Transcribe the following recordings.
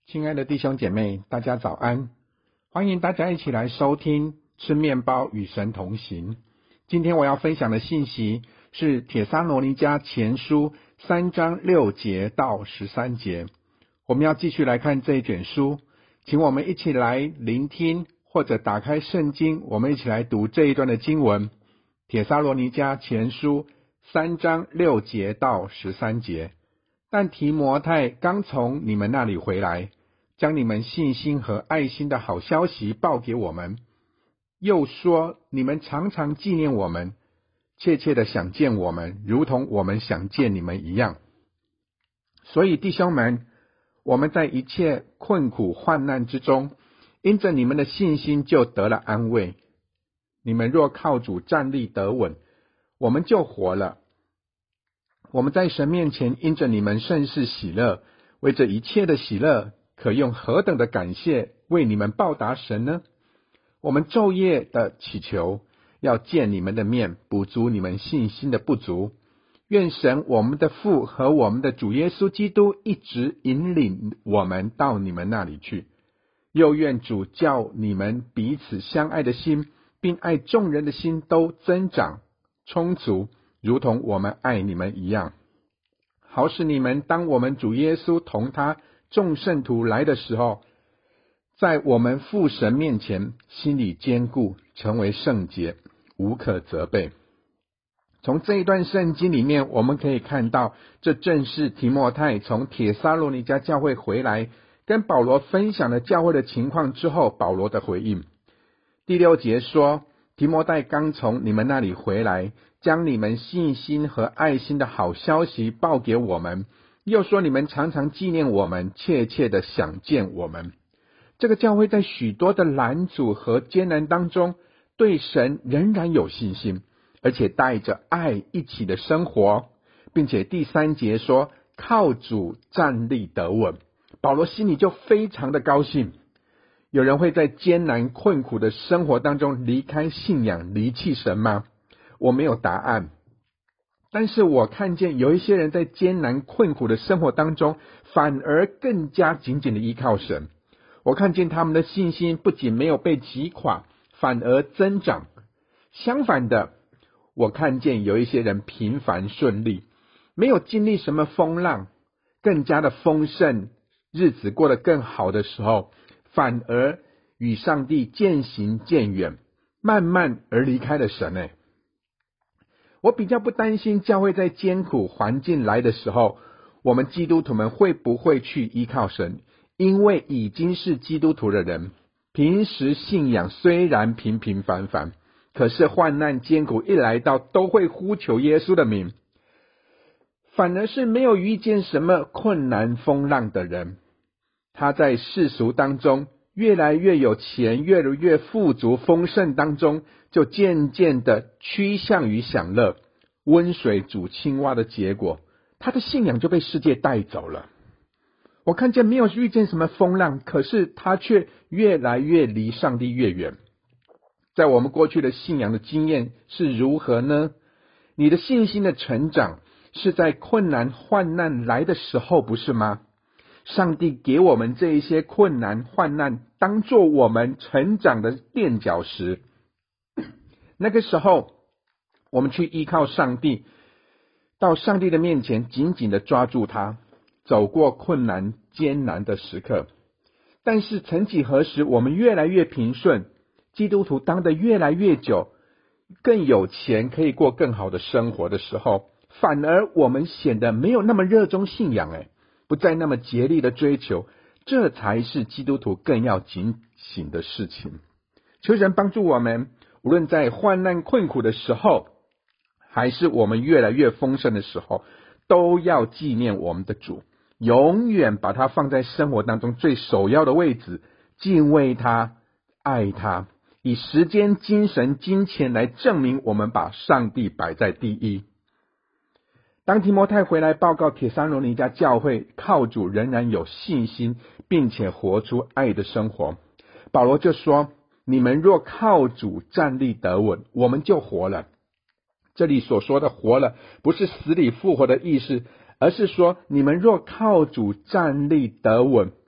亲爱的弟兄姐妹，大家早安！欢迎大家一起来收听吃面包与神同行。今天我要分享的信息是帖撒罗尼迦前书3章6节到13节。我们要继续来看这一卷书，请我们一起来聆听或者打开圣经，我们一起来读这一段的经文。帖撒罗尼迦前书3章6节到13节。但提摩太刚从你们那里回来，将你们信心和爱心的好消息报给我们，又说你们常常纪念我们，切切的想见我们，如同我们想见你们一样。所以弟兄们，我们在一切困苦患难之中，因着你们的信心就得了安慰。你们若靠主站立得稳，我们就活了。我们在神面前因着你们甚是喜乐，为这一切的喜乐，可用何等的感谢为你们报答神呢？我们昼夜的祈求，要见你们的面，补足你们信心的不足。愿神我们的父和我们的主耶稣基督一直引领我们到你们那里去，又愿主叫你们彼此相爱的心，并爱众人的心都增长充足，如同我们爱你们一样，好使你们当我们主耶稣同他众圣徒来的时候，在我们父神面前心里坚固，成为圣洁，无可责备。从这一段圣经里面，我们可以看到，这正是提摩太从帖撒罗尼迦教会回来，跟保罗分享了教会的情况之后，保罗的回应。第6节说，提摩太刚从你们那里回来，将你们信心和爱心的好消息报给我们，又说你们常常纪念我们，切切的想见我们。这个教会在许多的拦阻和艰难当中，对神仍然有信心，而且带着爱一起的生活，并且第3节说靠主站立得稳。保罗心里就非常的高兴。有人会在艰难困苦的生活当中离开信仰，离弃神吗？我没有答案。但是我看见有一些人在艰难困苦的生活当中，反而更加紧紧的依靠神。我看见他们的信心不仅没有被击垮，反而增长。相反的，我看见有一些人平凡顺利，没有经历什么风浪，更加的丰盛，日子过得更好的时候，反而与上帝渐行渐远，慢慢而离开了神。我比较不担心教会在艰苦环境来的时候，我们基督徒们会不会去依靠神，因为已经是基督徒的人，平时信仰虽然平平凡凡，可是患难艰苦一来到，都会呼求耶稣的名。反而是没有遇见什么困难风浪的人，他在世俗当中越来越有钱，越来越富足丰盛当中，就渐渐的趋向于享乐，温水煮青蛙的结果，他的信仰就被世界带走了。我看见没有遇见什么风浪，可是他却越来越离上帝越远。在我们过去的信仰的经验是如何呢？你的信心的成长是在困难患难来的时候，不是吗？上帝给我们这一些困难患难当作我们成长的垫脚石，那个时候我们去依靠上帝，到上帝的面前紧紧的抓住他，走过困难艰难的时刻。但是曾几何时，我们越来越平顺，基督徒当得越来越久，更有钱，可以过更好的生活的时候，反而我们显得没有那么热衷信仰，不再那么竭力的追求，这才是基督徒更要警醒的事情。求神帮助我们，无论在患难困苦的时候，还是我们越来越丰盛的时候，都要纪念我们的主，永远把他放在生活当中最首要的位置，敬畏他，爱他，以时间、精神、金钱来证明我们把上帝摆在第一。当提摩太回来报告帖撒罗尼迦教会靠主仍然有信心，并且活出爱的生活，保罗就说，你们若靠主站立得稳，我们就活了。这里所说的活了，不是死里复活的意思，而是说你们若靠主站立得稳。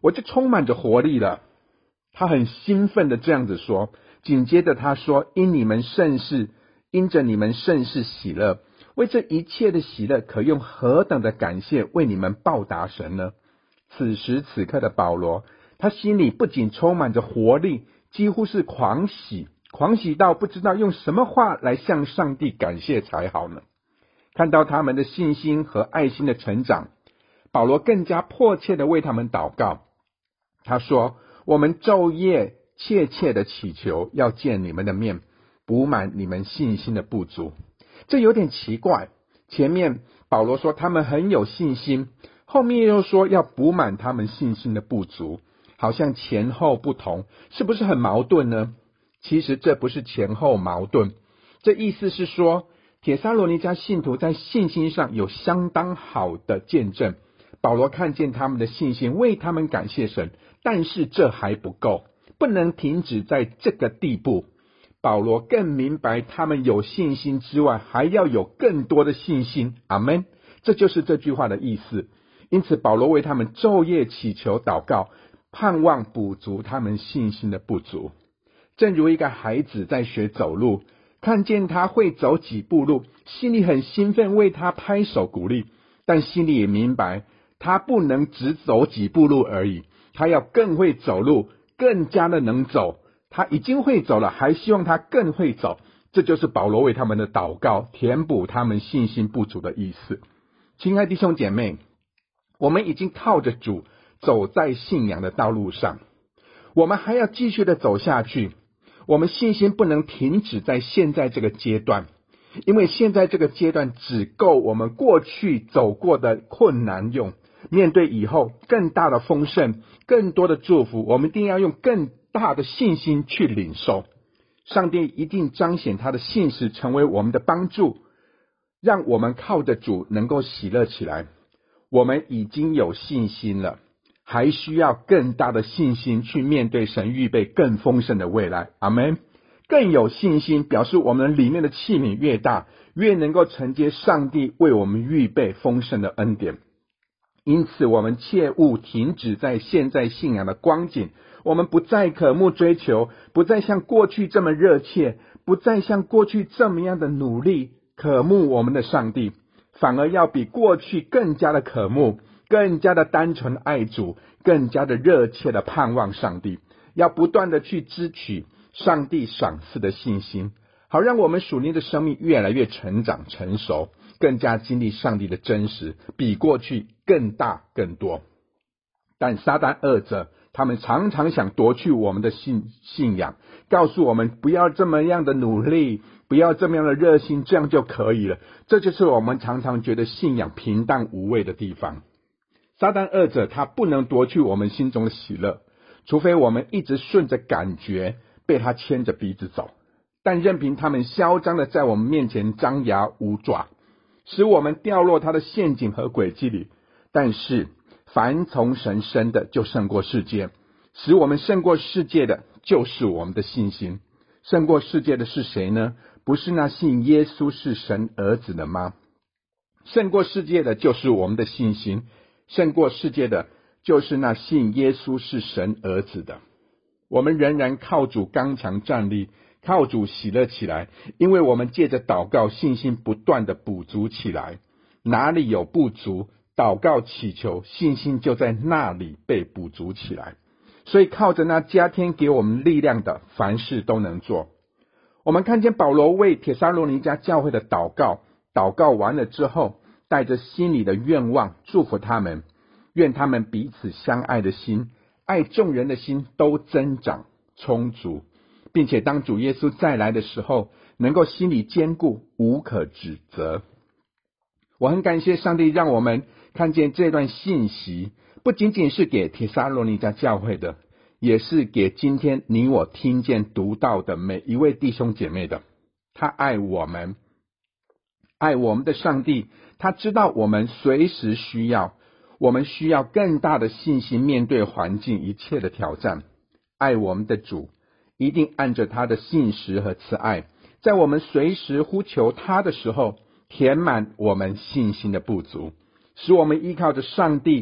我就充满着活力了。他很兴奋的这样子说，紧接着他说，因着你们甚是喜乐，为这一切的喜乐可用何等的感谢为你们报答神呢？此时此刻的保罗，他心里不仅充满着活力，几乎是狂喜到不知道用什么话来向上帝感谢才好呢。看到他们的信心和爱心的成长，保罗更加迫切的为他们祷告。他说，我们昼夜切切的祈求，要见你们的面，补满你们信心的不足。这有点奇怪，前面保罗说他们很有信心，后面又说要补满他们信心的不足，好像前后不同，是不是很矛盾呢？其实这不是前后矛盾，这意思是说，帖撒罗尼迦信徒在信心上有相当好的见证，保罗看见他们的信心，为他们感谢神，但是这还不够，不能停止在这个地步。保罗更明白他们有信心之外，还要有更多的信心。阿们，这就是这句话的意思。因此保罗为他们昼夜祈求祷告，盼望补足他们信心的不足。正如一个孩子在学走路，看见他会走几步路，心里很兴奋，为他拍手鼓励，但心里也明白他不能只走几步路而已，他要更会走路，更加的能走。他已经会走了，还希望他更会走。这就是保罗为他们的祷告，填补他们信心不足的意思。亲爱弟兄姐妹，我们已经靠着主走在信仰的道路上，我们还要继续的走下去。我们信心不能停止在现在这个阶段，因为现在这个阶段只够我们过去走过的困难用，面对以后更大的丰盛，更多的祝福，我们一定要用更大的信心去领受。上帝一定彰显他的信实，成为我们的帮助，让我们靠着主能够喜乐起来。我们已经有信心了，还需要更大的信心去面对神预备更丰盛的未来。阿们。更有信心表示我们里面的器皿越大，越能够承接上帝为我们预备丰盛的恩典。因此我们切勿停止在现在信仰的光景，我们不再渴慕追求，不再像过去这么热切，不再像过去这么样的努力渴慕我们的上帝，反而要比过去更加的渴慕，更加的单纯爱主，更加的热切的盼望上帝，要不断的去支取上帝赏赐的信心，好让我们属灵的生命越来越成长成熟，更加经历上帝的真实，比过去更大更多。但撒旦恶者他们常常想夺去我们的信仰，告诉我们不要这么样的努力，不要这么样的热心，这样就可以了。这就是我们常常觉得信仰平淡无味的地方。撒旦恶者他不能夺去我们心中的喜乐，除非我们一直顺着感觉被他牵着鼻子走，但任凭他们嚣张的在我们面前张牙舞爪，使我们掉落他的陷阱和诡计里。但是凡从神生的就胜过世界，使我们胜过世界的就是我们的信心。胜过世界的是谁呢？不是那信耶稣是神儿子的吗？胜过世界的就是我们的信心，胜过世界的就是那信耶稣是神儿子的。我们仍然靠主刚强站立，靠主喜乐起来，因为我们借着祷告信心不断的补足起来。哪里有不足，祷告祈求，信心就在那里被补足起来。所以靠着那加添给我们力量的，凡事都能做。我们看见保罗为帖撒罗尼迦教会的祷告完了之后，带着心里的愿望祝福他们，愿他们彼此相爱的心，爱众人的心都增长充足，并且当主耶稣再来的时候，能够心里坚固，无可指责。我很感谢上帝让我们看见这段信息，不仅仅是给帖撒罗尼迦教会的，也是给今天你我听见读到的每一位弟兄姐妹的。他爱我们，爱我们的上帝，他知道我们随时需要，我们需要更大的信心面对环境一切的挑战。爱我们的主一定按着他的信实和慈爱，在我们随时呼求他的时候，填满我们信心的不足，使我们依靠着上帝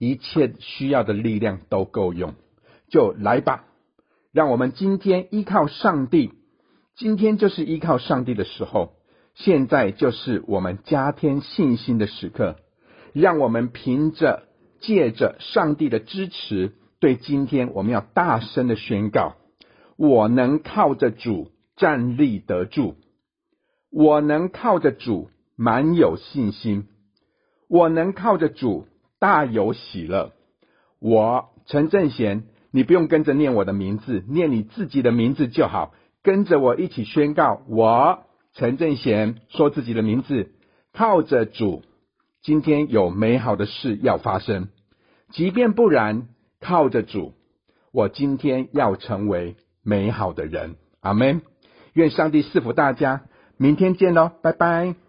一切需要的力量都够用。就来吧，让我们今天依靠上帝，今天就是依靠上帝的时候，现在就是我们加添信心的时刻。让我们借着上帝的支持，对今天我们要大声的宣告：我能靠着主站立得住，我能靠着主满有信心，我能靠着主大有喜乐。我陈正贤，你不用跟着念我的名字，念你自己的名字就好，跟着我一起宣告：我陈正贤，说自己的名字，靠着主，今天有美好的事要发生。即便不然，靠着主，我今天要成为美好的人。阿们。愿上帝赐福大家，明天见咯，拜拜。